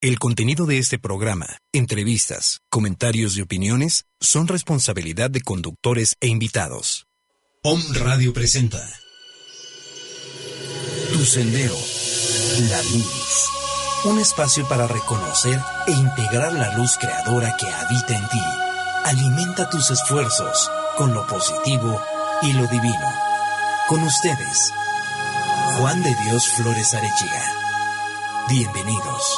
El contenido de este programa, entrevistas, comentarios y opiniones son responsabilidad de conductores e invitados. Om Radio presenta Tu Sendero, la luz. Un espacio para reconocer e integrar la luz creadora que habita en ti. Alimenta tus esfuerzos con lo positivo y lo divino. Con ustedes, Juan de Dios Flores Arechiga. Bienvenidos.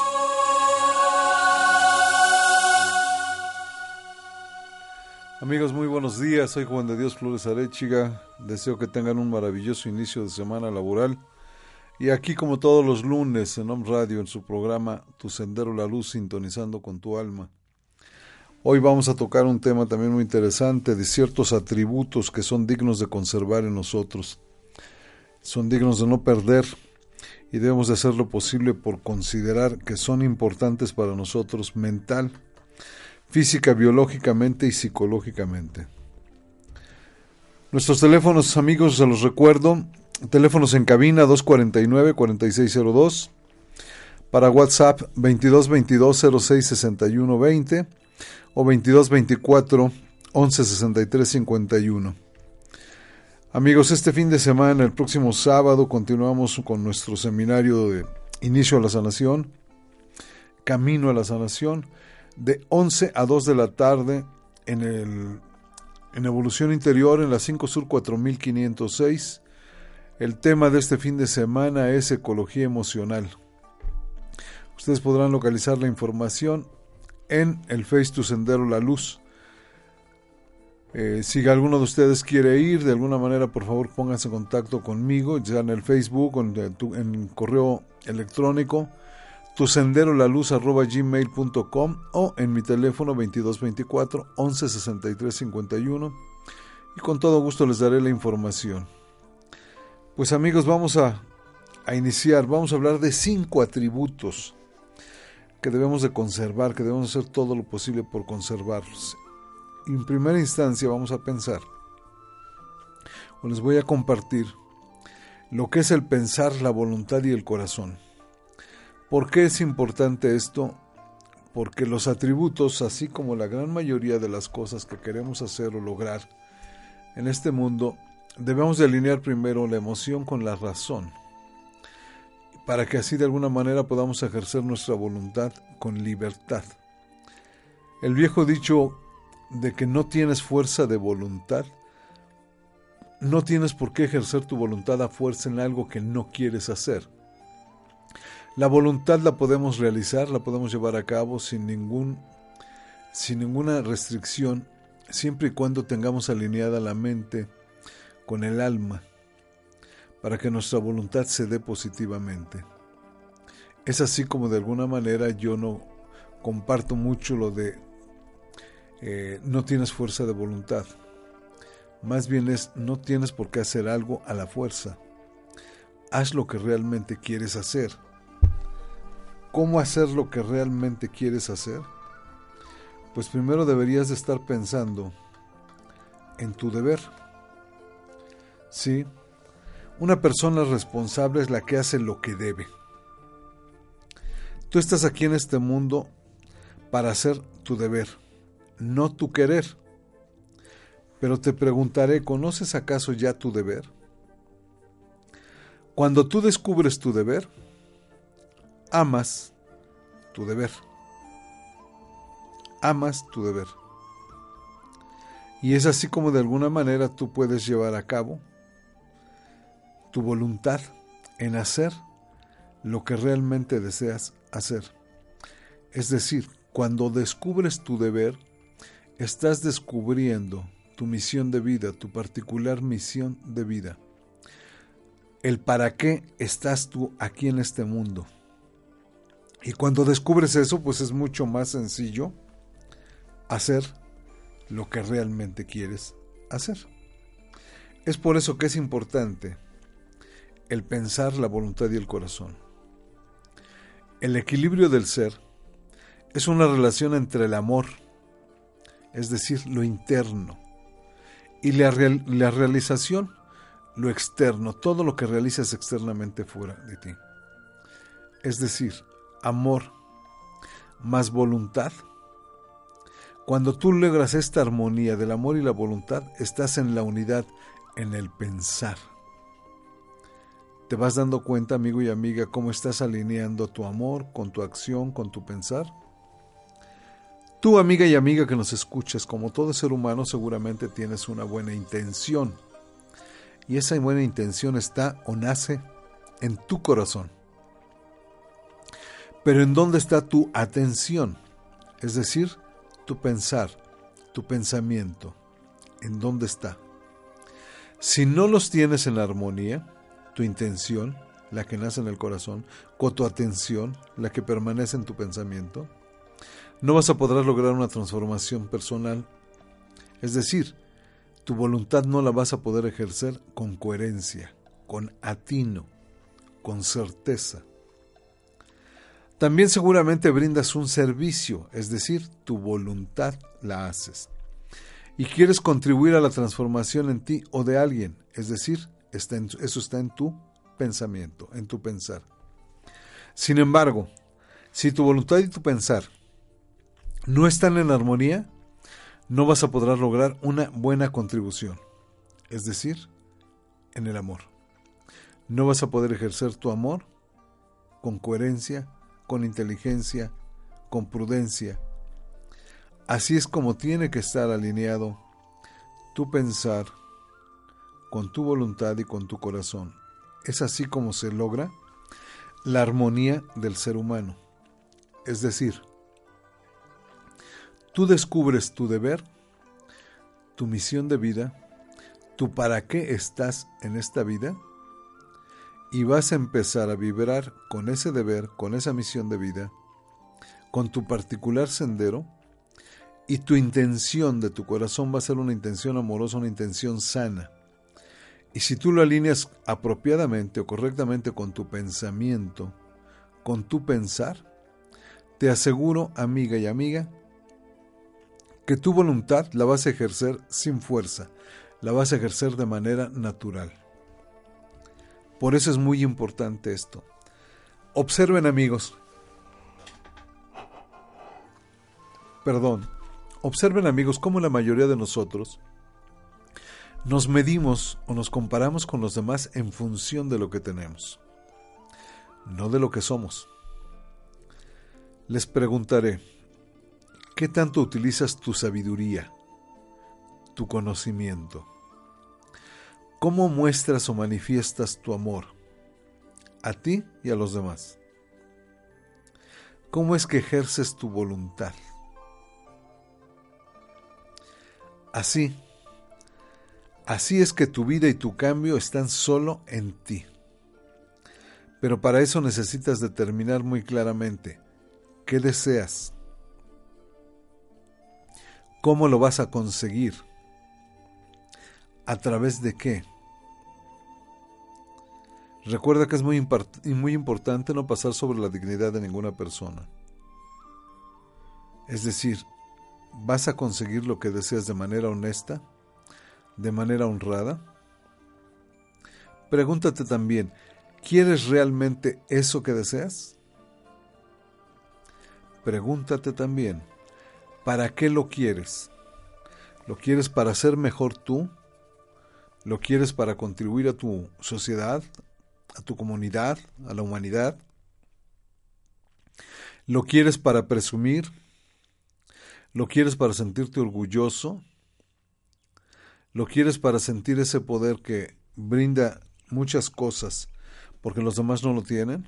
Amigos, muy buenos días. Soy Juan de Dios Flores Arechiga. Deseo que tengan un maravilloso inicio de semana laboral. Y aquí, como todos los lunes, en Om Radio, en su programa Tu Sendero, la Luz, sintonizando con tu alma. Hoy vamos a tocar un tema también muy interesante de ciertos atributos que son dignos de conservar en nosotros. Son dignos de no perder y debemos de hacer lo posible por considerar que son importantes para nosotros mental, física, biológicamente y psicológicamente. Nuestros teléfonos, amigos, se los recuerdo. Teléfonos en cabina 249-4602. Para WhatsApp 2222-066120 o 2224-116351. Amigos, este fin de semana, el próximo sábado, continuamos con nuestro seminario de Inicio a la Sanación, Camino a la Sanación, de 11 a 2 de la tarde en Evolución Interior, en la 5 Sur 4506. El tema de este fin de semana es Ecología Emocional. Ustedes podrán localizar la información en el Face Tu Sendero La Luz. Si alguno de ustedes quiere ir, de alguna manera, por favor, pónganse en contacto conmigo, ya en el Facebook, en correo electrónico, tusenderolaluz@gmail.com o en mi teléfono 2224-116351, y con todo gusto les daré la información. Pues amigos, vamos a iniciar. Vamos a hablar de 5 atributos que debemos de conservar, que debemos hacer todo lo posible por conservarlos. En primera instancia vamos a pensar, o les voy a compartir, lo que es el pensar, la voluntad y el corazón. ¿Por qué es importante esto? Porque los atributos, así como la gran mayoría de las cosas que queremos hacer o lograr en este mundo, debemos de alinear primero la emoción con la razón, para que así de alguna manera podamos ejercer nuestra voluntad con libertad. El viejo dicho de que no tienes fuerza de voluntad, no tienes por qué ejercer tu voluntad a fuerza en algo que no quieres hacer. La voluntad la podemos realizar, la podemos llevar a cabo sin ninguna restricción, siempre y cuando tengamos alineada la mente con el alma, para que nuestra voluntad se dé positivamente. Es así como de alguna manera yo no comparto mucho lo de no tienes fuerza de voluntad. Más bien es, no tienes por qué hacer algo a la fuerza. Haz lo que realmente quieres hacer. ¿Cómo hacer lo que realmente quieres hacer? Pues primero deberías de estar pensando en tu deber. Sí, una persona responsable es la que hace lo que debe. Tú estás aquí en este mundo para hacer tu deber, no tu querer. Pero te preguntaré, ¿conoces acaso ya tu deber? Cuando tú descubres tu deber, amas tu deber. Amas tu deber. Y es así como de alguna manera tú puedes llevar a cabo tu voluntad en hacer lo que realmente deseas hacer. Es decir, cuando descubres tu deber, estás descubriendo tu misión de vida, tu particular misión de vida. El para qué estás tú aquí en este mundo. Y cuando descubres eso, pues es mucho más sencillo hacer lo que realmente quieres hacer. Es por eso que es importante el pensar, la voluntad y el corazón. El equilibrio del ser es una relación entre el amor, es decir, lo interno, y la realización, lo externo, todo lo que realizas externamente fuera de ti. Es decir, amor, más voluntad. Cuando tú logras esta armonía del amor y la voluntad, estás en la unidad, en el pensar. ¿Te vas dando cuenta, amigo y amiga, cómo estás alineando tu amor con tu acción, con tu pensar? Tú, amiga y amiga que nos escuchas, como todo ser humano, seguramente tienes una buena intención. Y esa buena intención está o nace en tu corazón. Pero ¿en dónde está tu atención? Es decir, tu pensar, tu pensamiento. ¿En dónde está? Si no los tienes en armonía, tu intención, la que nace en el corazón, con tu atención, la que permanece en tu pensamiento, no vas a poder lograr una transformación personal. Es decir, tu voluntad no la vas a poder ejercer con coherencia, con atino, con certeza. También seguramente brindas un servicio, es decir, tu voluntad la haces. Y quieres contribuir a la transformación en ti o de alguien, es decir, eso está en tu pensamiento, en tu pensar. Sin embargo, si tu voluntad y tu pensar no están en armonía, no vas a poder lograr una buena contribución, es decir, en el amor. No vas a poder ejercer tu amor con coherencia, con inteligencia, con prudencia. Así es como tiene que estar alineado tu pensar con tu voluntad y con tu corazón. Es así como se logra la armonía del ser humano. Es decir, tú descubres tu deber, tu misión de vida, tu para qué estás en esta vida, y vas a empezar a vibrar con ese deber, con esa misión de vida, con tu particular sendero, y tu intención de tu corazón va a ser una intención amorosa, una intención sana. Y si tú lo alineas apropiadamente o correctamente con tu pensamiento, con tu pensar, te aseguro, amiga y amiga, que tu voluntad la vas a ejercer sin fuerza, la vas a ejercer de manera natural. Por eso es muy importante esto. Observen, amigos, cómo la mayoría de nosotros nos medimos o nos comparamos con los demás en función de lo que tenemos, no de lo que somos. Les preguntaré, ¿qué tanto utilizas tu sabiduría, tu conocimiento? ¿Cómo muestras o manifiestas tu amor a ti y a los demás? ¿Cómo es que ejerces tu voluntad? Así es que tu vida y tu cambio están solo en ti. Pero para eso necesitas determinar muy claramente qué deseas, cómo lo vas a conseguir, a través de qué. Recuerda que es muy importante no pasar sobre la dignidad de ninguna persona. Es decir, ¿vas a conseguir lo que deseas de manera honesta, de manera honrada? Pregúntate también, ¿quieres realmente eso que deseas? Pregúntate también, ¿para qué lo quieres? ¿Lo quieres para ser mejor tú? ¿Lo quieres para contribuir a tu sociedad, a tu comunidad, a la humanidad? ¿Lo quieres para presumir? ¿Lo quieres para sentirte orgulloso? ¿Lo quieres para sentir ese poder que brinda muchas cosas porque los demás no lo tienen?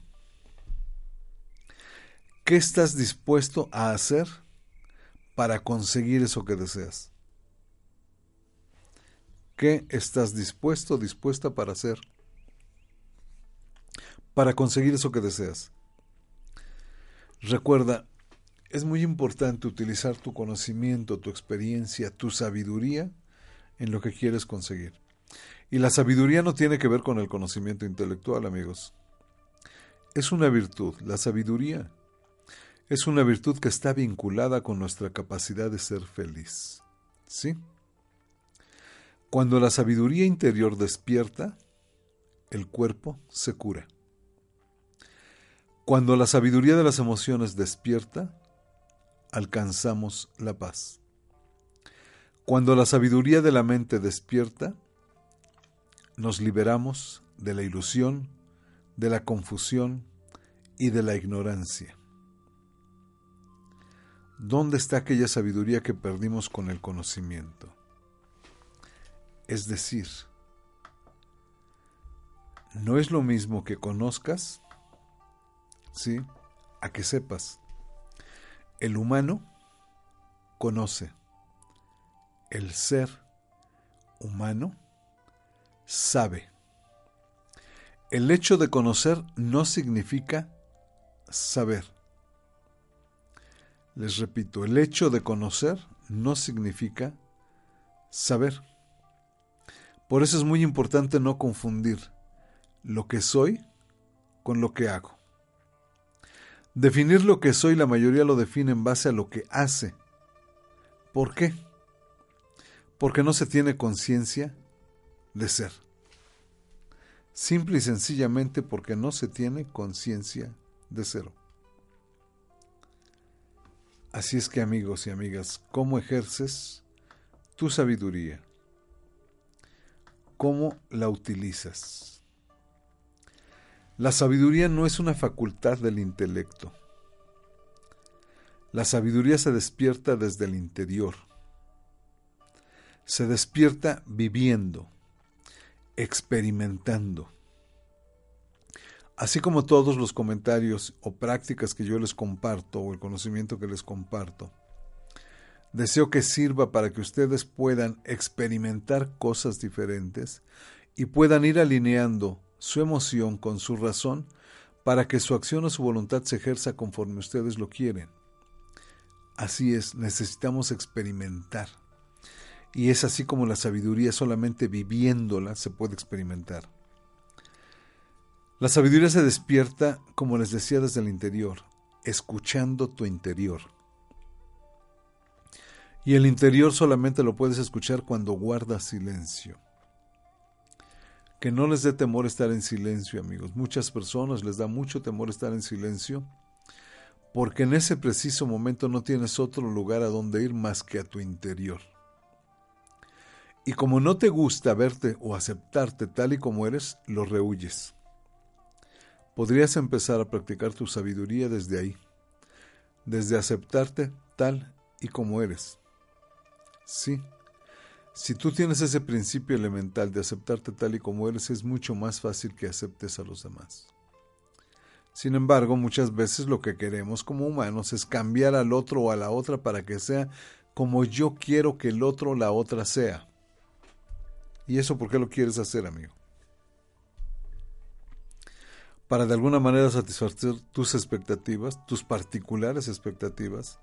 ¿Qué estás dispuesto a hacer para conseguir eso que deseas? ¿Qué estás dispuesta para hacer para conseguir eso que deseas? Recuerda, es muy importante utilizar tu conocimiento, tu experiencia, tu sabiduría en lo que quieres conseguir. Y la sabiduría no tiene que ver con el conocimiento intelectual, amigos. Es una virtud. La sabiduría es una virtud que está vinculada con nuestra capacidad de ser feliz. ¿Sí? Cuando la sabiduría interior despierta, el cuerpo se cura. Cuando la sabiduría de las emociones despierta, alcanzamos la paz. Cuando la sabiduría de la mente despierta, nos liberamos de la ilusión, de la confusión y de la ignorancia. ¿Dónde está aquella sabiduría que perdimos con el conocimiento? Es decir, no es lo mismo que conozcas, ¿sí?, a que sepas. El humano conoce. El ser humano sabe. El hecho de conocer no significa saber. Les repito, el hecho de conocer no significa saber. Por eso es muy importante no confundir lo que soy con lo que hago. Definir lo que soy, la mayoría lo define en base a lo que hace. ¿Por qué? Porque no se tiene conciencia de ser. Simple y sencillamente porque no se tiene conciencia de ser. Así es que, amigos y amigas, ¿cómo ejerces tu sabiduría? ¿Cómo la utilizas? La sabiduría no es una facultad del intelecto. La sabiduría se despierta desde el interior. Se despierta viviendo, experimentando. Así como todos los comentarios o prácticas que yo les comparto o el conocimiento que les comparto, deseo que sirva para que ustedes puedan experimentar cosas diferentes y puedan ir alineando su emoción con su razón para que su acción o su voluntad se ejerza conforme ustedes lo quieren. Así es, necesitamos experimentar. Y es así como la sabiduría, solamente viviéndola se puede experimentar. La sabiduría se despierta, como les decía, desde el interior, escuchando tu interior. Y el interior solamente lo puedes escuchar cuando guardas silencio. Que no les dé temor estar en silencio, amigos. Muchas personas les da mucho temor estar en silencio porque en ese preciso momento no tienes otro lugar a donde ir más que a tu interior. Y como no te gusta verte o aceptarte tal y como eres, lo rehuyes. Podrías empezar a practicar tu sabiduría desde ahí, desde aceptarte tal y como eres. Sí. Si tú tienes ese principio elemental de aceptarte tal y como eres, es mucho más fácil que aceptes a los demás. Sin embargo, muchas veces lo que queremos como humanos es cambiar al otro o a la otra para que sea como yo quiero que el otro o la otra sea. ¿Y eso por qué lo quieres hacer, amigo? Para de alguna manera satisfacer tus expectativas, tus particulares expectativas.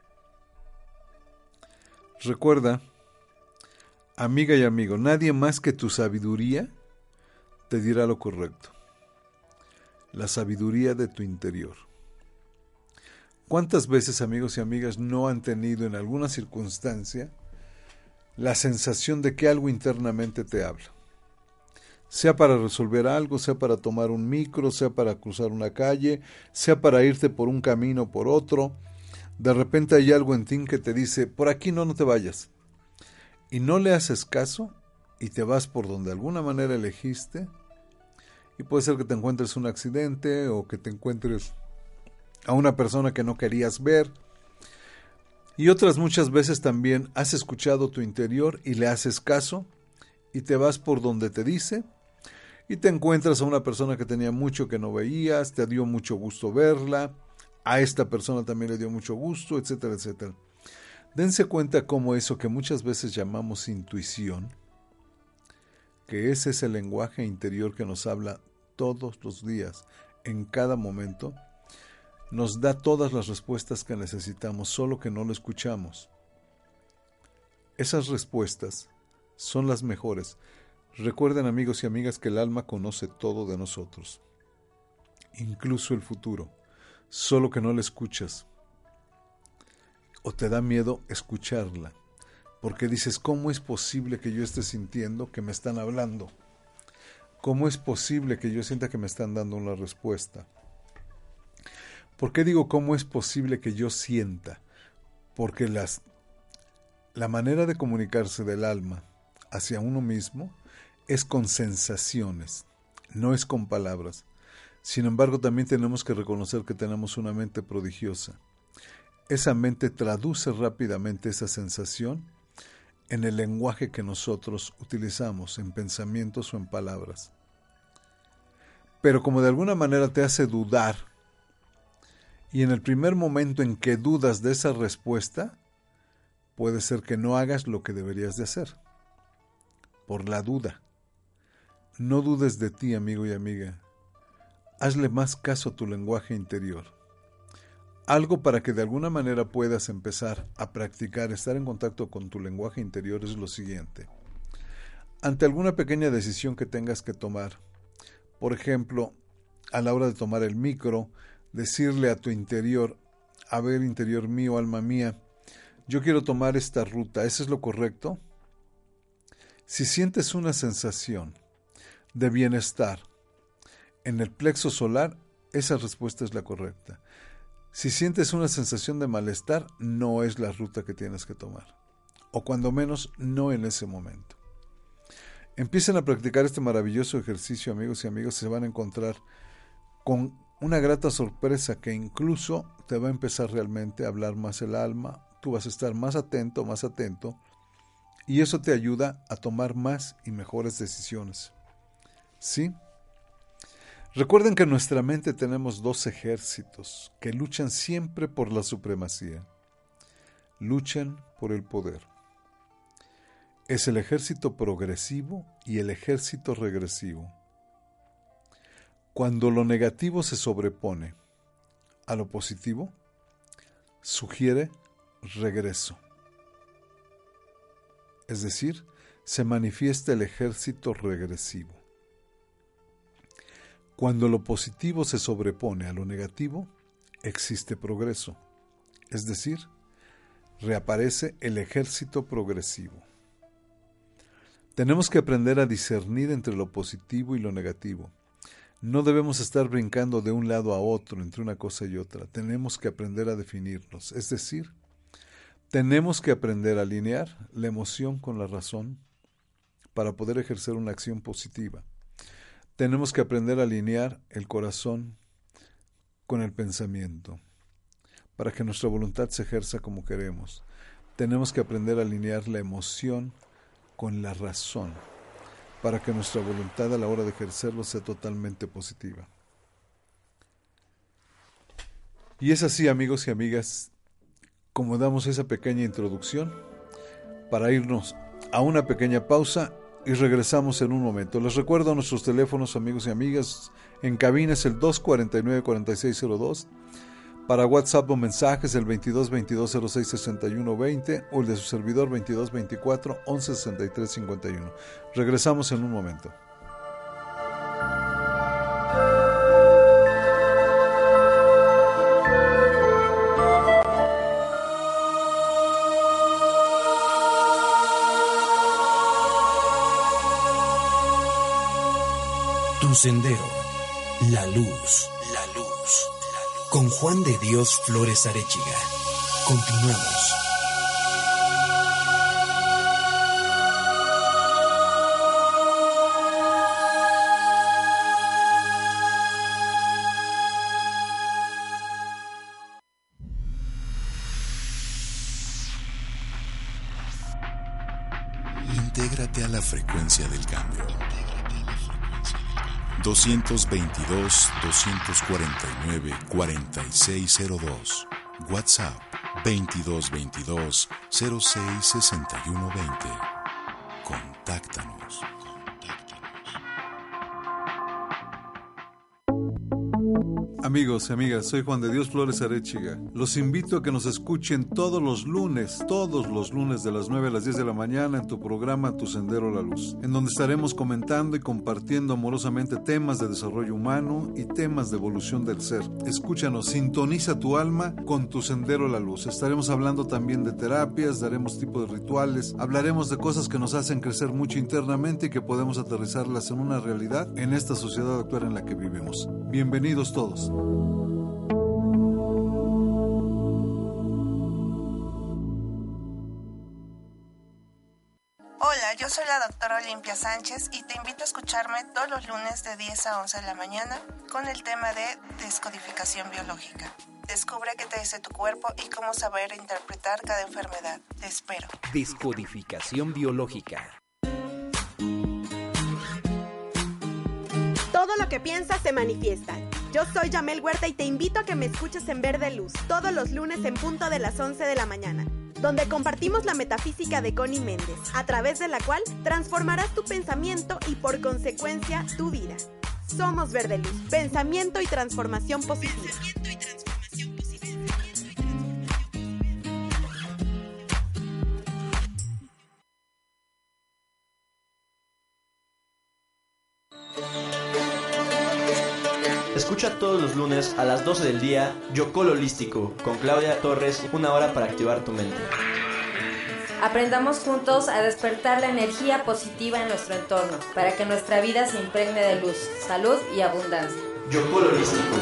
Recuerda, amiga y amigo, nadie más que tu sabiduría te dirá lo correcto. La sabiduría de tu interior. ¿Cuántas veces, amigos y amigas, no han tenido en alguna circunstancia la sensación de que algo internamente te habla? Sea para resolver algo, sea para tomar un micro, sea para cruzar una calle, sea para irte por un camino o por otro. De repente hay algo en ti que te dice, por aquí no te vayas. Y no le haces caso y te vas por donde de alguna manera elegiste. Y puede ser que te encuentres un accidente o que te encuentres a una persona que no querías ver. Y otras muchas veces también has escuchado tu interior y le haces caso y te vas por donde te dice y te encuentras a una persona que tenía mucho que no veías, te dio mucho gusto verla, a esta persona también le dio mucho gusto, etcétera, etcétera. Dense cuenta cómo eso que muchas veces llamamos intuición, que ese es el lenguaje interior que nos habla todos los días, en cada momento, nos da todas las respuestas que necesitamos, solo que no lo escuchamos. Esas respuestas son las mejores. Recuerden, amigos y amigas, que el alma conoce todo de nosotros, incluso el futuro, solo que no la escuchas. O te da miedo escucharla, porque dices, ¿cómo es posible que yo esté sintiendo que me están hablando? ¿Cómo es posible que yo sienta que me están dando una respuesta? ¿Por qué digo cómo es posible que yo sienta? porque la manera de comunicarse del alma hacia uno mismo es con sensaciones, no es con palabras. Sin embargo, también tenemos que reconocer que tenemos una mente prodigiosa. Esa mente traduce rápidamente esa sensación en el lenguaje que nosotros utilizamos, en pensamientos o en palabras. Pero como de alguna manera te hace dudar, y en el primer momento en que dudas de esa respuesta, puede ser que no hagas lo que deberías de hacer, por la duda. No dudes de ti, amigo y amiga. Hazle más caso a tu lenguaje interior. Algo para que de alguna manera puedas empezar a practicar, estar en contacto con tu lenguaje interior es lo siguiente. Ante alguna pequeña decisión que tengas que tomar, por ejemplo, a la hora de tomar el micro, decirle a tu interior, a ver, interior mío, alma mía, yo quiero tomar esta ruta, ¿eso es lo correcto? Si sientes una sensación de bienestar en el plexo solar, esa respuesta es la correcta. Si sientes una sensación de malestar, no es la ruta que tienes que tomar, o cuando menos no en ese momento. Empiecen a practicar este maravilloso ejercicio, amigos y amigas, se van a encontrar con una grata sorpresa que incluso te va a empezar realmente a hablar más el alma, tú vas a estar más atento, y eso te ayuda a tomar más y mejores decisiones. ¿Sí? Recuerden que en nuestra mente tenemos dos ejércitos que luchan siempre por la supremacía. Luchan por el poder. Es el ejército progresivo y el ejército regresivo. Cuando lo negativo se sobrepone a lo positivo, sugiere regreso. Es decir, se manifiesta el ejército regresivo. Cuando lo positivo se sobrepone a lo negativo, existe progreso. Es decir, reaparece el ejército progresivo. Tenemos que aprender a discernir entre lo positivo y lo negativo. No debemos estar brincando de un lado a otro entre una cosa y otra. Tenemos que aprender a definirnos. Es decir, tenemos que aprender a alinear la emoción con la razón para poder ejercer una acción positiva. Tenemos que aprender a alinear el corazón con el pensamiento para que nuestra voluntad se ejerza como queremos. Tenemos que aprender a alinear la emoción con la razón para que nuestra voluntad a la hora de ejercerlo sea totalmente positiva. Y es así, amigos y amigas, como damos esa pequeña introducción para irnos a una pequeña pausa y regresamos en un momento. Les recuerdo a nuestros teléfonos, amigos y amigas, en cabina es el 249-4602, para WhatsApp o mensajes el 2222066120 o el de su servidor 2224-116351. Regresamos en un momento. Tu sendero, la luz, con Juan de Dios Flores Arechiga. Continuamos. Intégrate a la frecuencia del cambio. 222-249-4602. WhatsApp 2222-066120. Contáctanos. Amigos y amigas, soy Juan de Dios Flores Arechiga. Los invito a que nos escuchen todos los lunes de las 9 a las 10 de la mañana en tu programa Tu Sendero a la Luz, en donde estaremos comentando y compartiendo amorosamente temas de desarrollo humano y temas de evolución del ser. Escúchanos, sintoniza tu alma con Tu Sendero a la Luz. Estaremos hablando también de terapias, daremos tipo de rituales, hablaremos de cosas que nos hacen crecer mucho internamente y que podemos aterrizarlas en una realidad en esta sociedad actual en la que vivimos. Bienvenidos todos. Hola, yo soy la doctora Olimpia Sánchez y te invito a escucharme todos los lunes de 10 a 11 de la mañana con el tema de descodificación biológica. Descubre qué te dice tu cuerpo y cómo saber interpretar cada enfermedad. Te espero. Descodificación biológica. Todo lo que piensas se manifiesta. Yo soy Yamel Huerta y te invito a que me escuches en Verde Luz todos los lunes en punto de las 11 de la mañana, donde compartimos la metafísica de Connie Méndez, a través de la cual transformarás tu pensamiento y por consecuencia tu vida. Somos Verde Luz, pensamiento y transformación positiva. Escucha todos los lunes a las 12 del día Yocol Holístico con Claudia Torres, 1 hora para activar tu mente. Aprendamos juntos a despertar la energía positiva en nuestro entorno para que nuestra vida se impregne de luz, salud y abundancia. Yocol Holístico.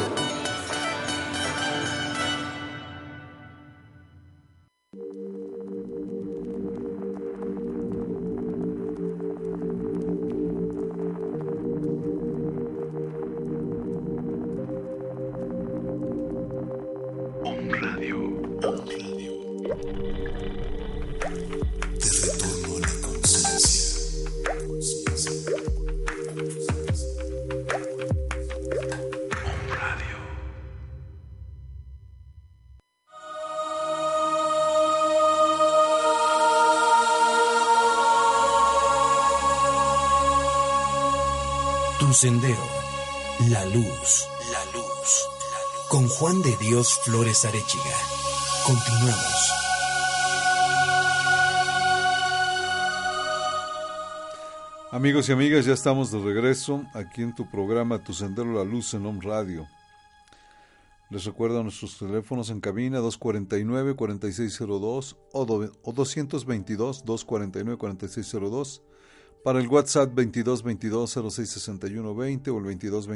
Tu sendero, la luz, con Juan de Dios Flores Arechiga. Continuamos. Amigos y amigas, ya estamos de regreso aquí en tu programa Tu Sendero La Luz en Om Radio. Les recuerdo nuestros teléfonos en cabina 249-4602 o 222-249-4602. Para el WhatsApp 2222-066120 o el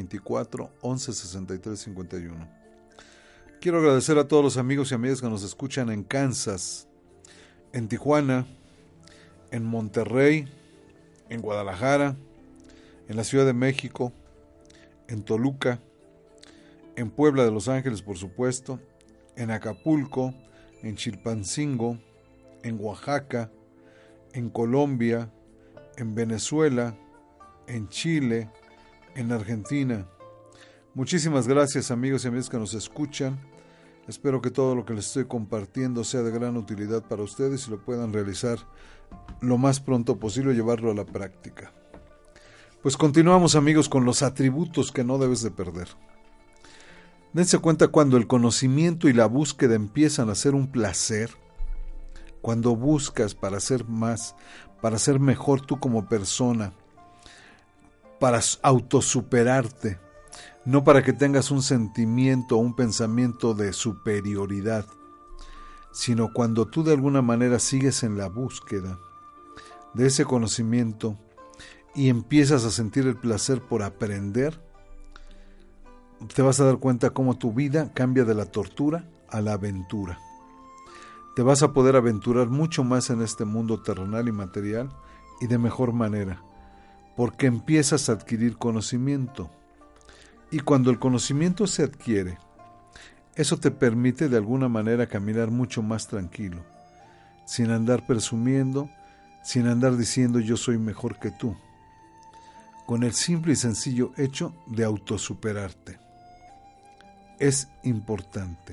2224-116351. Quiero agradecer a todos los amigos y amigas que nos escuchan en Kansas, en Tijuana, en Monterrey, en Guadalajara, en la Ciudad de México, en Toluca, en Puebla de Los Ángeles, por supuesto, en Acapulco, en Chilpancingo, en Oaxaca, en Colombia, en Venezuela, en Chile, en Argentina. Muchísimas gracias, amigos y amigas que nos escuchan. Espero que todo lo que les estoy compartiendo sea de gran utilidad para ustedes y lo puedan realizar lo más pronto posible, llevarlo a la práctica. Pues continuamos, amigos, con los atributos que no debes de perder. Dense cuenta cuando el conocimiento y la búsqueda empiezan a ser un placer, cuando buscas para ser más, para ser mejor tú como persona, para autosuperarte, no para que tengas un sentimiento o un pensamiento de superioridad, sino cuando tú de alguna manera sigues en la búsqueda de ese conocimiento y empiezas a sentir el placer por aprender, te vas a dar cuenta cómo tu vida cambia de la tortura a la aventura. Te vas a poder aventurar mucho más en este mundo terrenal y material y de mejor manera, porque empiezas a adquirir conocimiento. Y cuando el conocimiento se adquiere, eso te permite de alguna manera caminar mucho más tranquilo, sin andar presumiendo, sin andar diciendo yo soy mejor que tú, con el simple y sencillo hecho de autosuperarte. Es importante.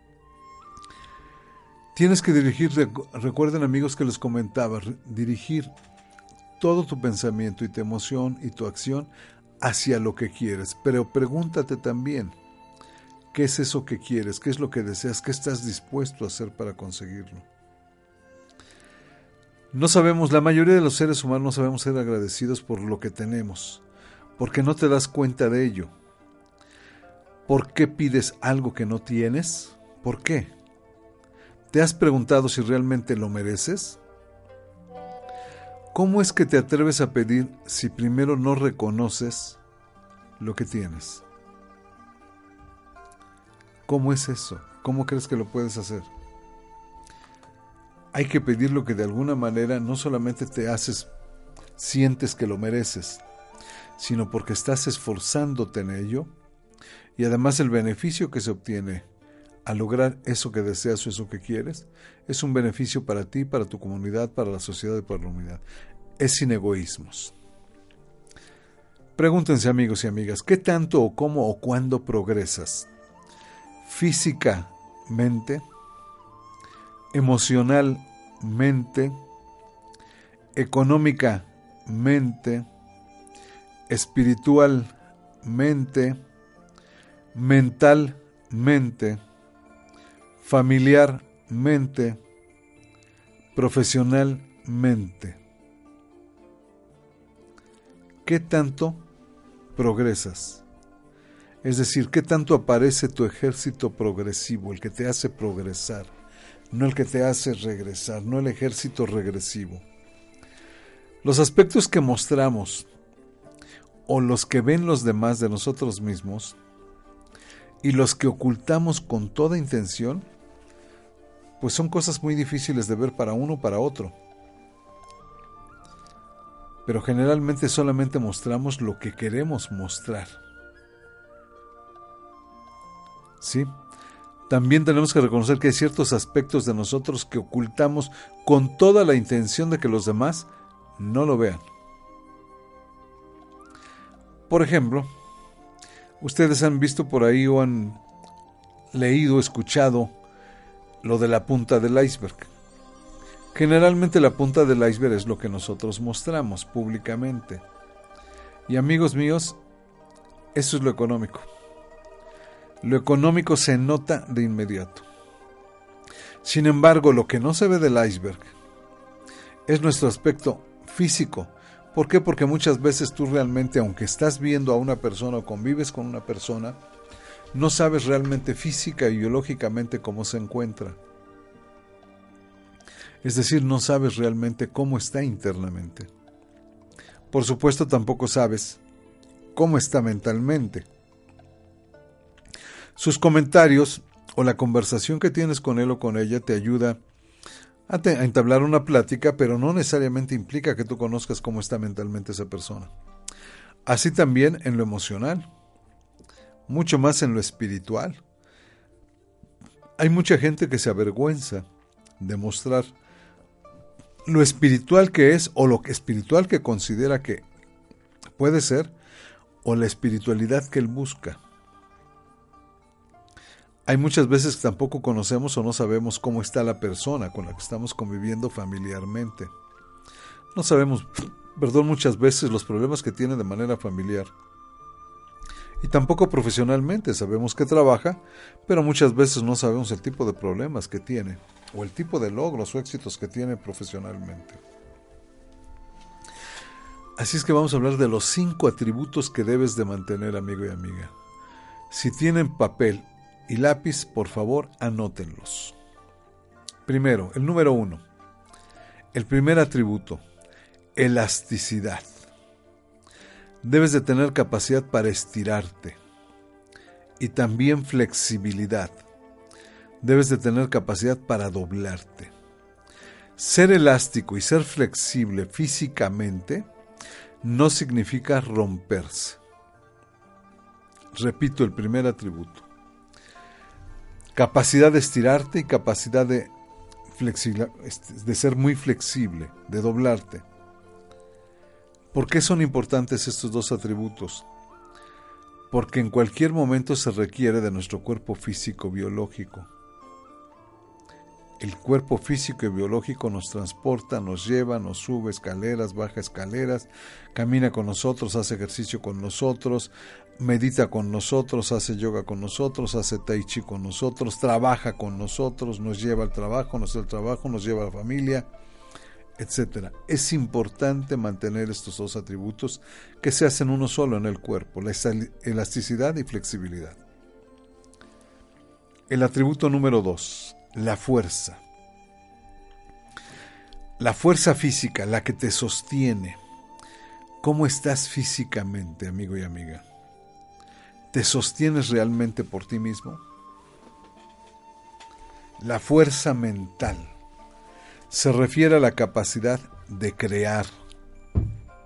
Tienes que dirigir, recuerden amigos que les comentaba, dirigir todo tu pensamiento y tu emoción y tu acción hacia lo que quieres. Pero pregúntate también, ¿qué es eso que quieres? ¿Qué es lo que deseas? ¿Qué estás dispuesto a hacer para conseguirlo? No sabemos, la mayoría de los seres humanos no sabemos ser agradecidos por lo que tenemos, porque no te das cuenta de ello. ¿Por qué pides algo que no tienes? ¿Por qué? ¿Te has preguntado si realmente lo mereces? ¿Cómo es que te atreves a pedir si primero no reconoces lo que tienes? ¿Cómo es eso? ¿Cómo crees que lo puedes hacer? Hay que pedir lo que de alguna manera no solamente te haces sientes que lo mereces, sino porque estás esforzándote en ello, y además el beneficio que se obtiene al lograr eso que deseas o eso que quieres, es un beneficio para ti, para tu comunidad, para la sociedad y para la humanidad. Es sin egoísmos. Pregúntense, amigos y amigas, ¿qué tanto o cómo o cuándo progresas? Físicamente, emocionalmente, económicamente, espiritualmente, mentalmente, familiarmente, profesionalmente. ¿Qué tanto progresas? Es decir, ¿qué tanto aparece tu ejército progresivo, el que te hace progresar, no el que te hace regresar, no el ejército regresivo? Los aspectos que mostramos o los que ven los demás de nosotros mismos y los que ocultamos con toda intención, pues son cosas muy difíciles de ver para uno o para otro. Pero generalmente solamente mostramos lo que queremos mostrar. ¿Sí? También tenemos que reconocer que hay ciertos aspectos de nosotros que ocultamos con toda la intención de que los demás no lo vean. Por ejemplo, ustedes han visto por ahí o han leído, escuchado lo de la punta del iceberg. Generalmente la punta del iceberg es lo que nosotros mostramos públicamente. Y amigos míos, eso es lo económico. Lo económico se nota de inmediato. Sin embargo, lo que no se ve del iceberg es nuestro aspecto físico. ¿Por qué? Porque muchas veces tú realmente, aunque estás viendo a una persona o convives con una persona, no sabes realmente física y biológicamente cómo se encuentra. Es decir, no sabes realmente cómo está internamente. Por supuesto, tampoco sabes cómo está mentalmente. Sus comentarios o la conversación que tienes con él o con ella te ayuda a entablar una plática, pero no necesariamente implica que tú conozcas cómo está mentalmente esa persona. Así también en lo emocional, mucho más en lo espiritual. Hay mucha gente que se avergüenza de mostrar lo espiritual que es o lo espiritual que considera que puede ser o la espiritualidad que él busca. Hay muchas veces que tampoco conocemos o no sabemos cómo está la persona con la que estamos conviviendo familiarmente. No sabemos, muchas veces los problemas que tiene de manera familiar. Y tampoco profesionalmente. Sabemos que trabaja, pero muchas veces no sabemos el tipo de problemas que tiene o el tipo de logros o éxitos que tiene profesionalmente. Así es que vamos a hablar de los 5 atributos que debes de mantener, amigo y amiga. Si tienen papel y lápiz, por favor, anótenlos. Primero, el número 1. El primer atributo, elasticidad. Debes de tener capacidad para estirarte y también flexibilidad. Debes de tener capacidad para doblarte. Ser elástico y ser flexible físicamente no significa romperse. Repito, el primer atributo. Capacidad de estirarte y capacidad de ser muy flexible, de doblarte. ¿Por qué son importantes estos 2 atributos? Porque en cualquier momento se requiere de nuestro cuerpo físico biológico. El cuerpo físico y biológico nos transporta, nos lleva, nos sube escaleras, baja escaleras, camina con nosotros, hace ejercicio con nosotros, medita con nosotros, hace yoga con nosotros, hace tai chi con nosotros, trabaja con nosotros, nos lleva al trabajo, nos lleva a la familia, etc. Es importante mantener estos 2 atributos que se hacen uno solo en el cuerpo, la elasticidad y flexibilidad. El atributo número 2, la fuerza. La fuerza física, la que te sostiene. ¿Cómo estás físicamente, amigo y amiga? ¿Te sostienes realmente por ti mismo? La fuerza mental se refiere a la capacidad de crear,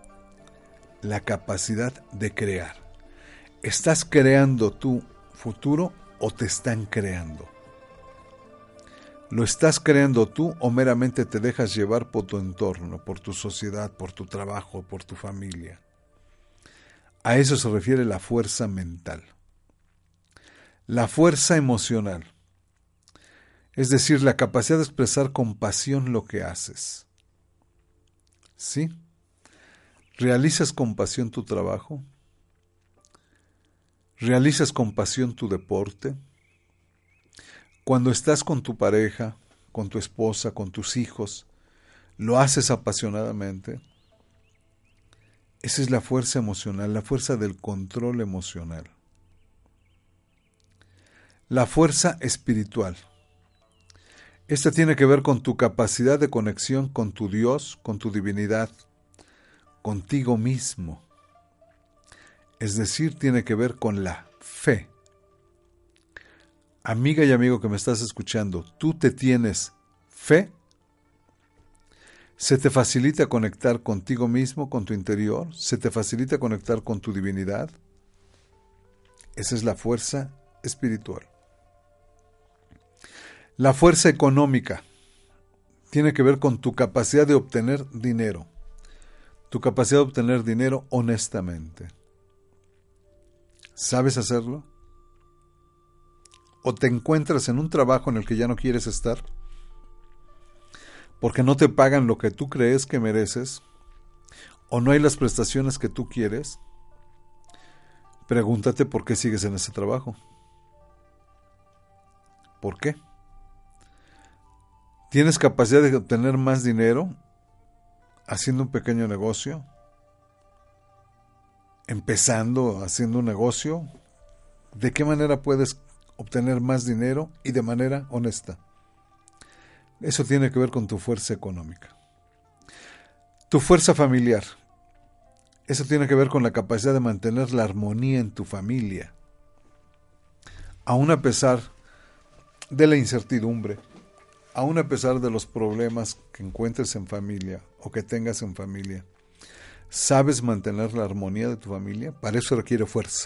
la capacidad de crear. ¿Estás creando tu futuro o te están creando? ¿Lo estás creando tú o meramente te dejas llevar por tu entorno, por tu sociedad, por tu trabajo, por tu familia? A eso se refiere la fuerza mental. La fuerza emocional, es decir, la capacidad de expresar con pasión lo que haces. ¿Sí? ¿Realizas con pasión tu trabajo? ¿Realizas con pasión tu deporte? Cuando estás con tu pareja, con tu esposa, con tus hijos, ¿lo haces apasionadamente? Esa es la fuerza emocional, la fuerza del control emocional. La fuerza espiritual. Esta tiene que ver con tu capacidad de conexión con tu Dios, con tu divinidad, contigo mismo. Es decir, tiene que ver con la fe. Amiga y amigo que me estás escuchando, ¿tú te tienes fe? ¿Se te facilita conectar contigo mismo, con tu interior? ¿Se te facilita conectar con tu divinidad? Esa es la fuerza espiritual. La fuerza económica tiene que ver con tu capacidad de obtener dinero. Tu capacidad de obtener dinero honestamente. ¿Sabes hacerlo? ¿O te encuentras en un trabajo en el que ya no quieres estar? Porque no te pagan lo que tú crees que mereces, o no hay las prestaciones que tú quieres. Pregúntate por qué sigues en ese trabajo. ¿Por qué? ¿Tienes capacidad de obtener más dinero haciendo un pequeño negocio? ¿Empezando haciendo un negocio? ¿De qué manera puedes obtener más dinero y de manera honesta? Eso tiene que ver con tu fuerza económica. Tu fuerza familiar. Eso tiene que ver con la capacidad de mantener la armonía en tu familia. Aún a pesar de la incertidumbre, aún a pesar de los problemas que encuentres en familia o que tengas en familia, ¿sabes mantener la armonía de tu familia? Para eso requiere fuerza.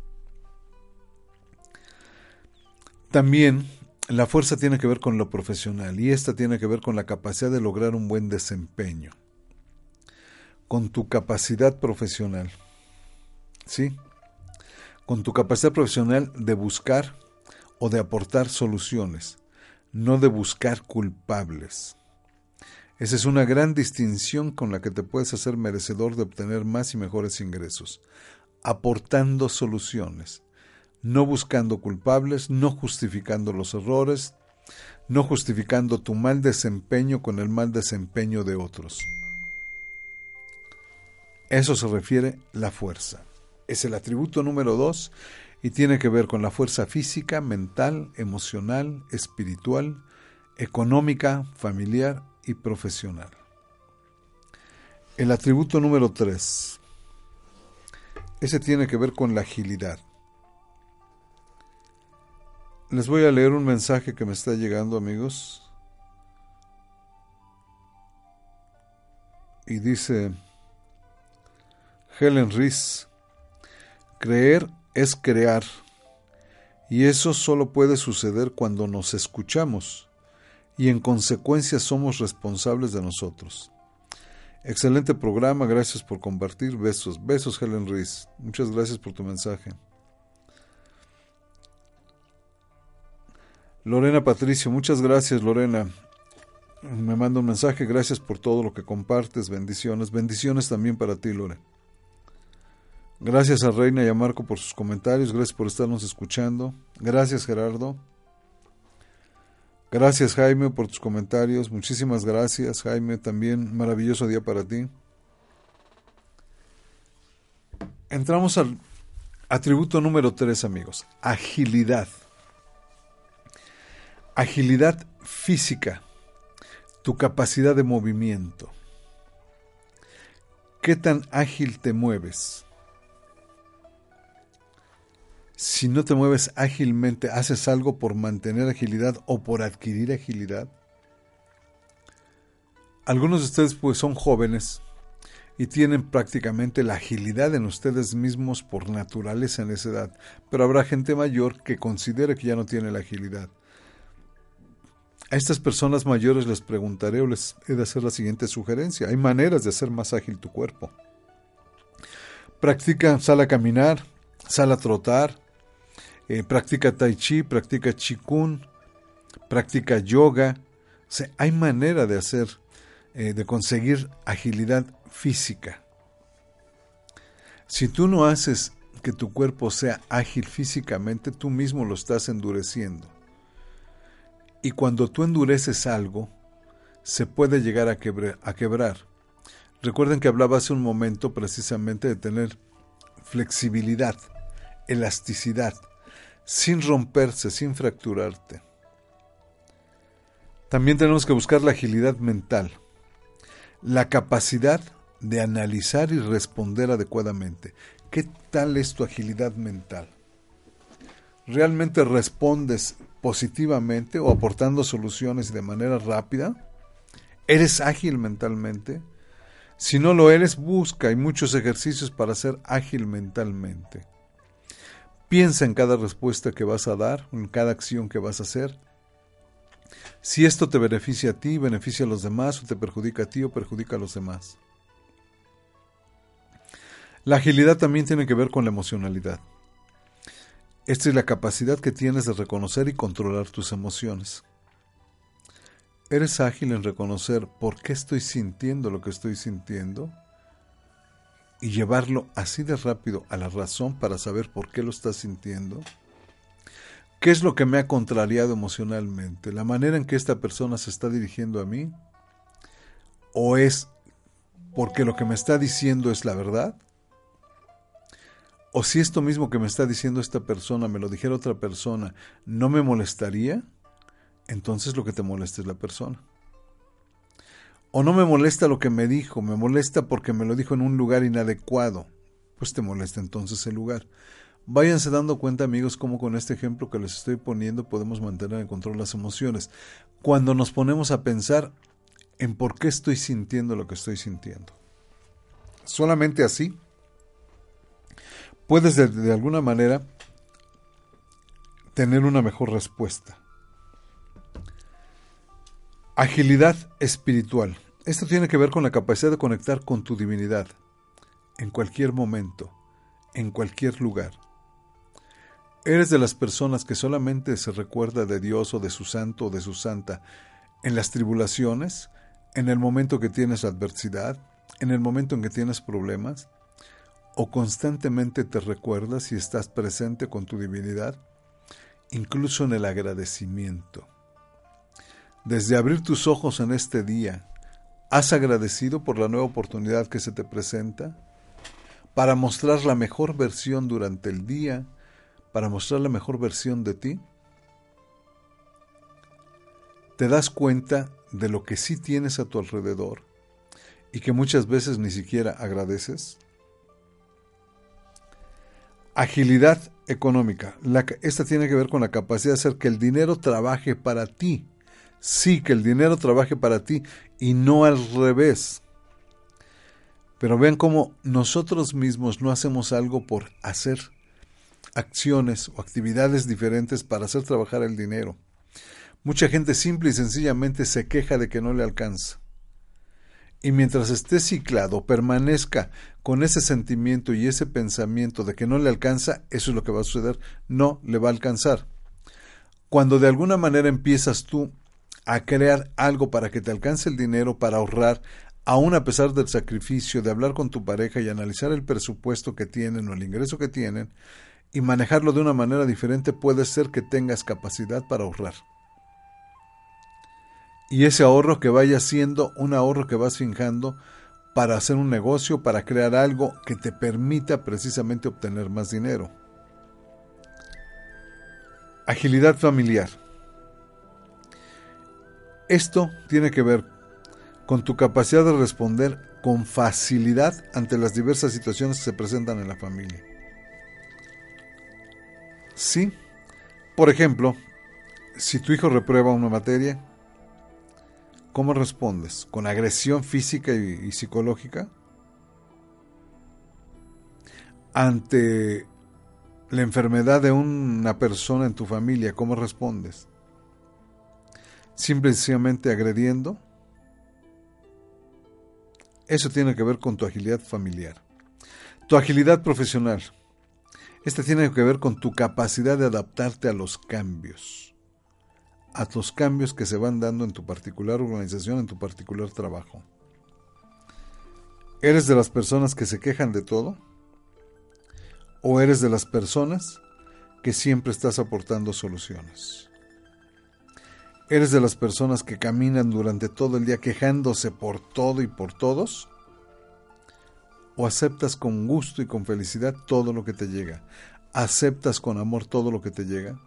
También la fuerza tiene que ver con lo profesional y esta tiene que ver con la capacidad de lograr un buen desempeño, con tu capacidad profesional, ¿sí? Con tu capacidad profesional de buscar o de aportar soluciones, no de buscar culpables. Esa es una gran distinción con la que te puedes hacer merecedor de obtener más y mejores ingresos, aportando soluciones. No buscando culpables, no justificando los errores, no justificando tu mal desempeño con el mal desempeño de otros. Eso se refiere la fuerza. Es el atributo número 2 y tiene que ver con la fuerza física, mental, emocional, espiritual, económica, familiar y profesional. El atributo número 3. Ese tiene que ver con la agilidad. Les voy a leer un mensaje que me está llegando, amigos. Y dice Helen Rees: creer es crear, y eso solo puede suceder cuando nos escuchamos, y en consecuencia somos responsables de nosotros. Excelente programa, gracias por compartir. Besos, besos Helen Rees. Muchas gracias por tu mensaje. Lorena Patricio, muchas gracias Lorena. Me manda un mensaje, gracias por todo lo que compartes, bendiciones. Bendiciones también para ti, Lore. Gracias a Reina y a Marco por sus comentarios, gracias por estarnos escuchando. Gracias Gerardo. Gracias Jaime por tus comentarios, muchísimas gracias Jaime, también maravilloso día para ti. Entramos al atributo número 3, amigos, agilidad. Agilidad física, tu capacidad de movimiento. ¿Qué tan ágil te mueves? Si no te mueves ágilmente, ¿haces algo por mantener agilidad o por adquirir agilidad? Algunos de ustedes pues son jóvenes, y tienen prácticamente la agilidad en ustedes mismos por naturaleza en esa edad. Pero habrá gente mayor que considere que ya no tiene la agilidad. A estas personas mayores les preguntaré o les he de hacer la siguiente sugerencia. Hay maneras de hacer más ágil tu cuerpo. Practica, sal a caminar, sal a trotar, practica tai chi, practica qigong, practica yoga. O sea, hay manera de hacer, de conseguir agilidad física. Si tú no haces que tu cuerpo sea ágil físicamente, tú mismo lo estás endureciendo. Y cuando tú endureces algo, se puede llegar a quebrar. Recuerden que hablaba hace un momento precisamente de tener flexibilidad, elasticidad, sin romperse, sin fracturarte. También tenemos que buscar la agilidad mental, la capacidad de analizar y responder adecuadamente. ¿Qué tal es tu agilidad mental? ¿Realmente respondes positivamente o aportando soluciones de manera rápida? ¿Eres ágil mentalmente? Si no lo eres, busca. Hay muchos ejercicios para ser ágil mentalmente. Piensa en cada respuesta que vas a dar, en cada acción que vas a hacer. Si esto te beneficia a ti, beneficia a los demás, o te perjudica a ti o perjudica a los demás. La agilidad también tiene que ver con la emocionalidad. Esta es la capacidad que tienes de reconocer y controlar tus emociones. ¿Eres ágil en reconocer por qué estoy sintiendo lo que estoy sintiendo? Y llevarlo así de rápido a la razón para saber por qué lo estás sintiendo. ¿Qué es lo que me ha contrariado emocionalmente? ¿La manera en que esta persona se está dirigiendo a mí? ¿O es porque lo que me está diciendo es la verdad? ¿O si esto mismo que me está diciendo esta persona me lo dijera otra persona, no me molestaría? Entonces lo que te molesta es la persona. O no me molesta lo que me dijo, me molesta porque me lo dijo en un lugar inadecuado. Pues te molesta entonces el lugar. Váyanse dando cuenta, amigos, cómo con este ejemplo que les estoy poniendo podemos mantener en control las emociones. Cuando nos ponemos a pensar en por qué estoy sintiendo lo que estoy sintiendo. Solamente así puedes de alguna manera tener una mejor respuesta. Agilidad espiritual. Esto tiene que ver con la capacidad de conectar con tu divinidad en cualquier momento, en cualquier lugar. ¿Eres de las personas que solamente se recuerda de Dios o de su santo o de su santa en las tribulaciones, en el momento que tienes adversidad, en el momento en que tienes problemas? ¿O constantemente te recuerdas y estás presente con tu divinidad, incluso en el agradecimiento? Desde abrir tus ojos en este día, ¿has agradecido por la nueva oportunidad que se te presenta? Para mostrar la mejor versión durante el día, para mostrar la mejor versión de ti. ¿Te das cuenta de lo que sí tienes a tu alrededor y que muchas veces ni siquiera agradeces? Agilidad económica. Esta tiene que ver con la capacidad de hacer que el dinero trabaje para ti. Sí, que el dinero trabaje para ti y no al revés. Pero vean cómo nosotros mismos no hacemos algo por hacer acciones o actividades diferentes para hacer trabajar el dinero. Mucha gente simple y sencillamente se queja de que no le alcanza. Y mientras esté ciclado, permanezca con ese sentimiento y ese pensamiento de que no le alcanza, eso es lo que va a suceder, no le va a alcanzar. Cuando de alguna manera empiezas tú a crear algo para que te alcance el dinero, para ahorrar, aún a pesar del sacrificio de hablar con tu pareja y analizar el presupuesto que tienen o el ingreso que tienen, y manejarlo de una manera diferente, puede ser que tengas capacidad para ahorrar. Y ese ahorro que vaya siendo un ahorro que vas fijando para hacer un negocio, para crear algo que te permita precisamente obtener más dinero. Agilidad familiar. Esto tiene que ver con tu capacidad de responder con facilidad ante las diversas situaciones que se presentan en la familia. Sí, por ejemplo, si tu hijo reprueba una materia, ¿cómo respondes? ¿Con agresión física y psicológica? ante la enfermedad de una persona en tu familia, ¿cómo respondes? ¿Simple y sencillamente agrediendo? Eso tiene que ver con tu agilidad familiar. Tu agilidad profesional. Esta tiene que ver con tu capacidad de adaptarte a los cambios que se van dando en tu particular organización, en tu particular trabajo. ¿Eres de las personas que se quejan de todo? ¿O eres de las personas que siempre estás aportando soluciones? ¿Eres de las personas que caminan durante todo el día quejándose por todo y por todos? ¿O aceptas con gusto y con felicidad todo lo que te llega? ¿Aceptas con amor todo lo que te llega?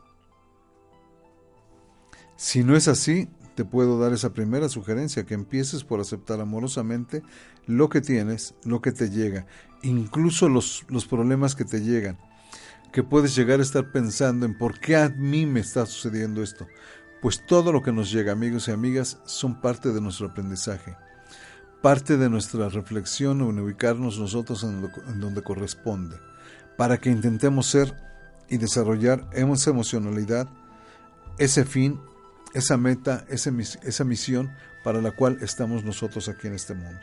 Si no es así, te puedo dar esa primera sugerencia, que empieces por aceptar amorosamente lo que tienes, lo que te llega, incluso los problemas que te llegan, que puedes llegar a estar pensando en por qué a mí me está sucediendo esto. Pues todo lo que nos llega, amigos y amigas, son parte de nuestro aprendizaje, parte de nuestra reflexión en ubicarnos nosotros en donde corresponde, para que intentemos ser y desarrollar esa emocionalidad, ese fin, esa meta, esa misión para la cual estamos nosotros aquí en este mundo.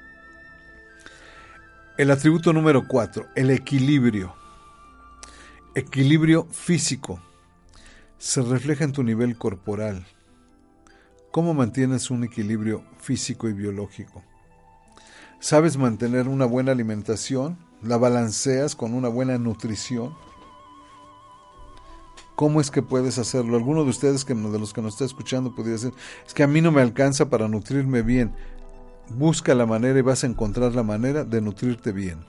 El atributo número 4, el equilibrio. Equilibrio físico. Se refleja en tu nivel corporal. ¿Cómo mantienes un equilibrio físico y biológico? ¿Sabes mantener una buena alimentación? ¿La balanceas con una buena nutrición? ¿Cómo es que puedes hacerlo? Alguno de ustedes, de los que nos está escuchando, podría decir, es que a mí no me alcanza para nutrirme bien. Busca la manera y vas a encontrar la manera de nutrirte bien.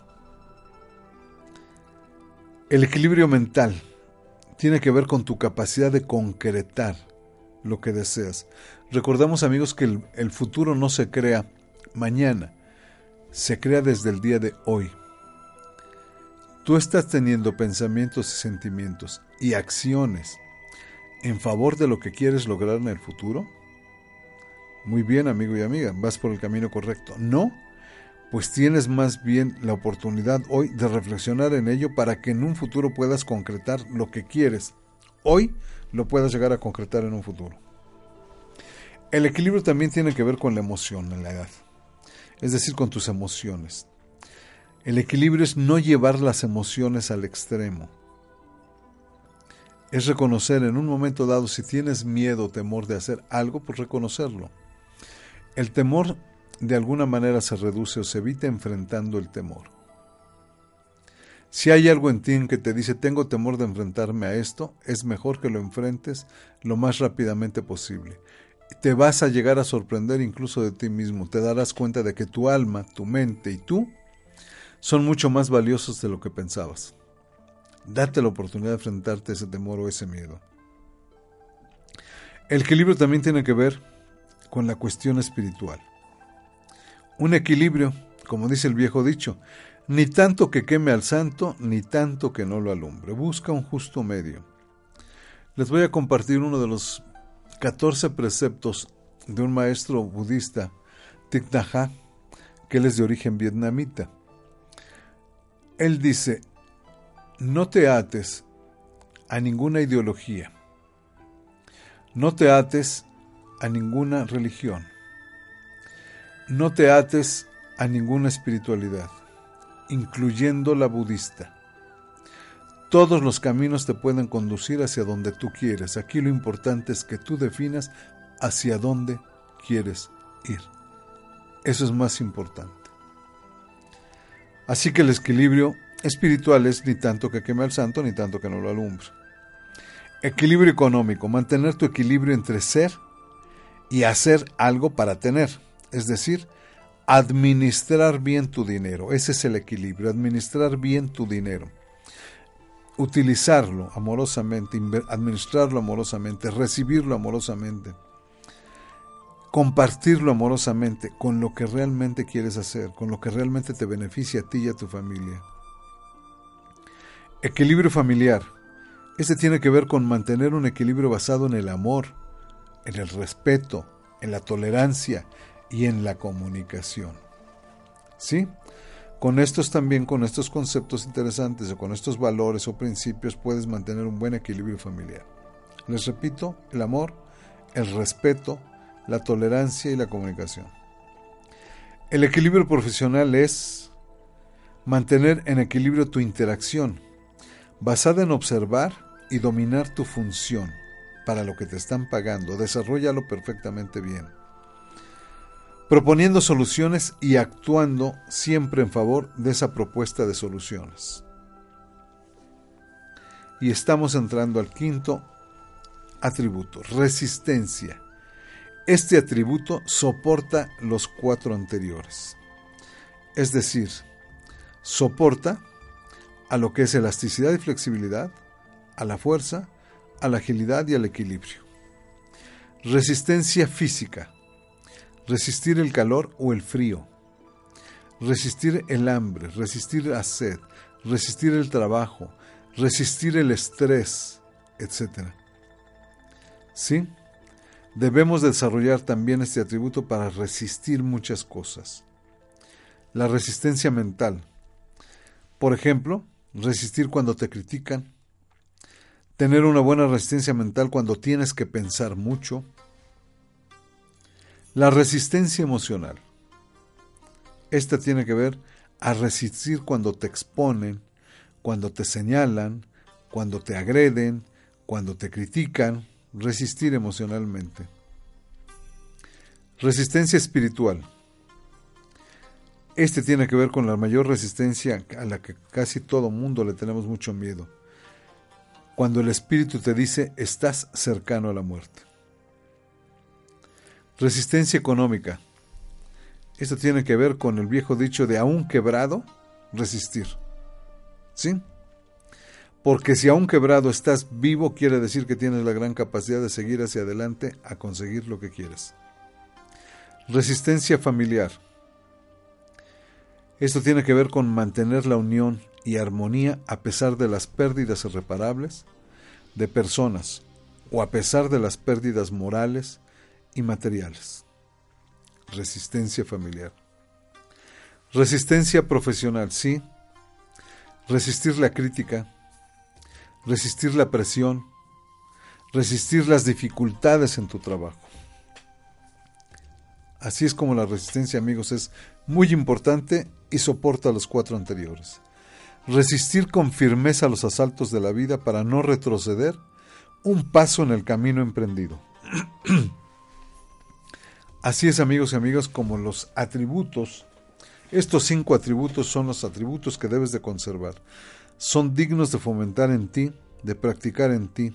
El equilibrio mental tiene que ver con tu capacidad de concretar lo que deseas. Recordamos, amigos, que el futuro no se crea mañana, se crea desde el día de hoy. Tú estás teniendo pensamientos y sentimientos y acciones en favor de lo que quieres lograr en el futuro. Muy bien, amigo y amiga, vas por el camino correcto. No, pues tienes más bien la oportunidad hoy de reflexionar en ello para que en un futuro puedas concretar lo que quieres. Hoy lo puedas llegar a concretar en un futuro. El equilibrio también tiene que ver con la emoción en la edad, es decir, con tus emociones. El equilibrio es no llevar las emociones al extremo. Es reconocer en un momento dado si tienes miedo o temor de hacer algo, pues reconocerlo. El temor de alguna manera se reduce o se evita enfrentando el temor. Si hay algo en ti que te dice tengo temor de enfrentarme a esto, es mejor que lo enfrentes lo más rápidamente posible. Te vas a llegar a sorprender incluso de ti mismo. Te darás cuenta de que tu alma, tu mente y tú son mucho más valiosos de lo que pensabas. Date la oportunidad de enfrentarte a ese temor o ese miedo. El equilibrio también tiene que ver con la cuestión espiritual. Un equilibrio, como dice el viejo dicho, ni tanto que queme al santo, ni tanto que no lo alumbre. Busca un justo medio. Les voy a compartir uno de los 14 preceptos de un maestro budista, Thich Nhat Hanh, que él es de origen vietnamita. Él dice, no te ates a ninguna ideología, no te ates a ninguna religión, no te ates a ninguna espiritualidad, incluyendo la budista. Todos los caminos te pueden conducir hacia donde tú quieres. Aquí lo importante es que tú definas hacia dónde quieres ir. Eso es más importante. Así que el equilibrio espiritual es ni tanto que queme al santo, ni tanto que no lo alumbre. Equilibrio económico, mantener tu equilibrio entre ser y hacer algo para tener. Es decir, administrar bien tu dinero. Ese es el equilibrio, administrar bien tu dinero. Utilizarlo amorosamente, administrarlo amorosamente, recibirlo amorosamente, compartirlo amorosamente con lo que realmente quieres hacer, con lo que realmente te beneficia a ti y a tu familia. Equilibrio familiar. Este tiene que ver con mantener un equilibrio basado en el amor, en el respeto, en la tolerancia y en la comunicación. ¿Sí? Con estos conceptos interesantes o con estos valores o principios puedes mantener un buen equilibrio familiar. Les repito, el amor, el respeto, la tolerancia y la comunicación. El equilibrio profesional es mantener en equilibrio tu interacción, basada en observar y dominar tu función para lo que te están pagando. Desarróllalo perfectamente bien. Proponiendo soluciones y actuando siempre en favor de esa propuesta de soluciones. Y estamos entrando al quinto atributo, resistencia. Este atributo soporta los 4 anteriores. Es decir, soporta a lo que es elasticidad y flexibilidad, a la fuerza, a la agilidad y al equilibrio. Resistencia física. Resistir el calor o el frío. Resistir el hambre, resistir la sed, resistir el trabajo, resistir el estrés, etc. ¿Sí? Debemos desarrollar también este atributo para resistir muchas cosas. La resistencia mental. Por ejemplo, resistir cuando te critican. Tener una buena resistencia mental cuando tienes que pensar mucho. La resistencia emocional. Esta tiene que ver a resistir cuando te exponen, cuando te señalan, cuando te agreden, cuando te critican. Resistir emocionalmente. Resistencia espiritual. Este tiene que ver con la mayor resistencia a la que casi todo mundo le tenemos mucho miedo. Cuando el espíritu te dice, estás cercano a la muerte. Resistencia económica. Esto tiene que ver con el viejo dicho de aún quebrado, resistir. ¿Sí? Porque si aún quebrado estás vivo, quiere decir que tienes la gran capacidad de seguir hacia adelante a conseguir lo que quieres. Resistencia familiar. Esto tiene que ver con mantener la unión y armonía a pesar de las pérdidas irreparables de personas o a pesar de las pérdidas morales y materiales. Resistencia familiar. Resistencia profesional, sí. Resistir la crítica, resistir la presión, resistir las dificultades en tu trabajo. Así es como la resistencia, amigos, es muy importante y soporta los 4 anteriores. Resistir con firmeza los asaltos de la vida para no retroceder un paso en el camino emprendido. Así es, amigos y amigas, como los atributos, estos 5 atributos son los atributos que debes de conservar. Son dignos de fomentar en ti, de practicar en ti.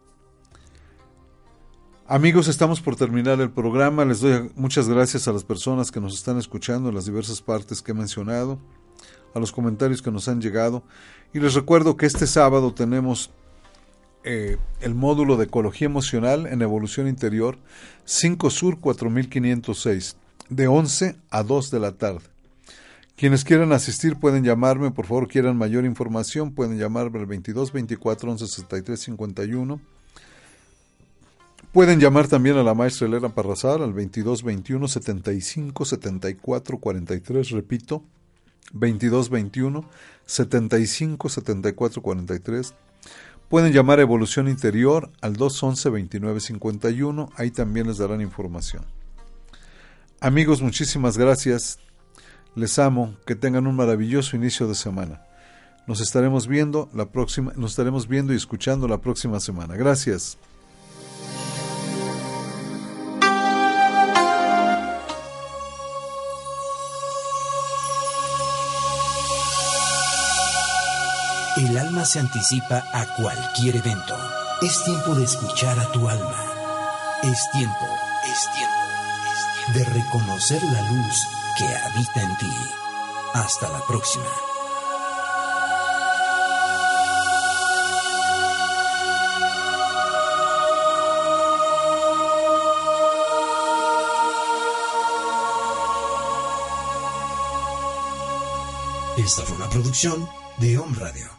Amigos, estamos por terminar el programa. Les doy muchas gracias a las personas que nos están escuchando en las diversas partes que he mencionado, a los comentarios que nos han llegado. Y les recuerdo que este sábado tenemos el módulo de Ecología Emocional en Evolución Interior, 5 Sur 4506, de 11 a 2 de la tarde. Quienes quieran asistir pueden llamarme, por favor, quieran mayor información, pueden llamarme al 22 24 11 63 51. Pueden llamar también a la maestra Elena Parrazar al 22 21 75 74 43, repito, 22 21 75 74 43. Pueden llamar a Evolución Interior al 211 29 51, ahí también les darán información. Amigos, muchísimas gracias. Les amo, que tengan un maravilloso inicio de semana. Nos estaremos viendo y escuchando la próxima semana. Gracias. El alma se anticipa a cualquier evento. Es tiempo de escuchar a tu alma. Es tiempo de reconocer la luz que habita en ti. Hasta la próxima. Esta fue una producción de Home Radio.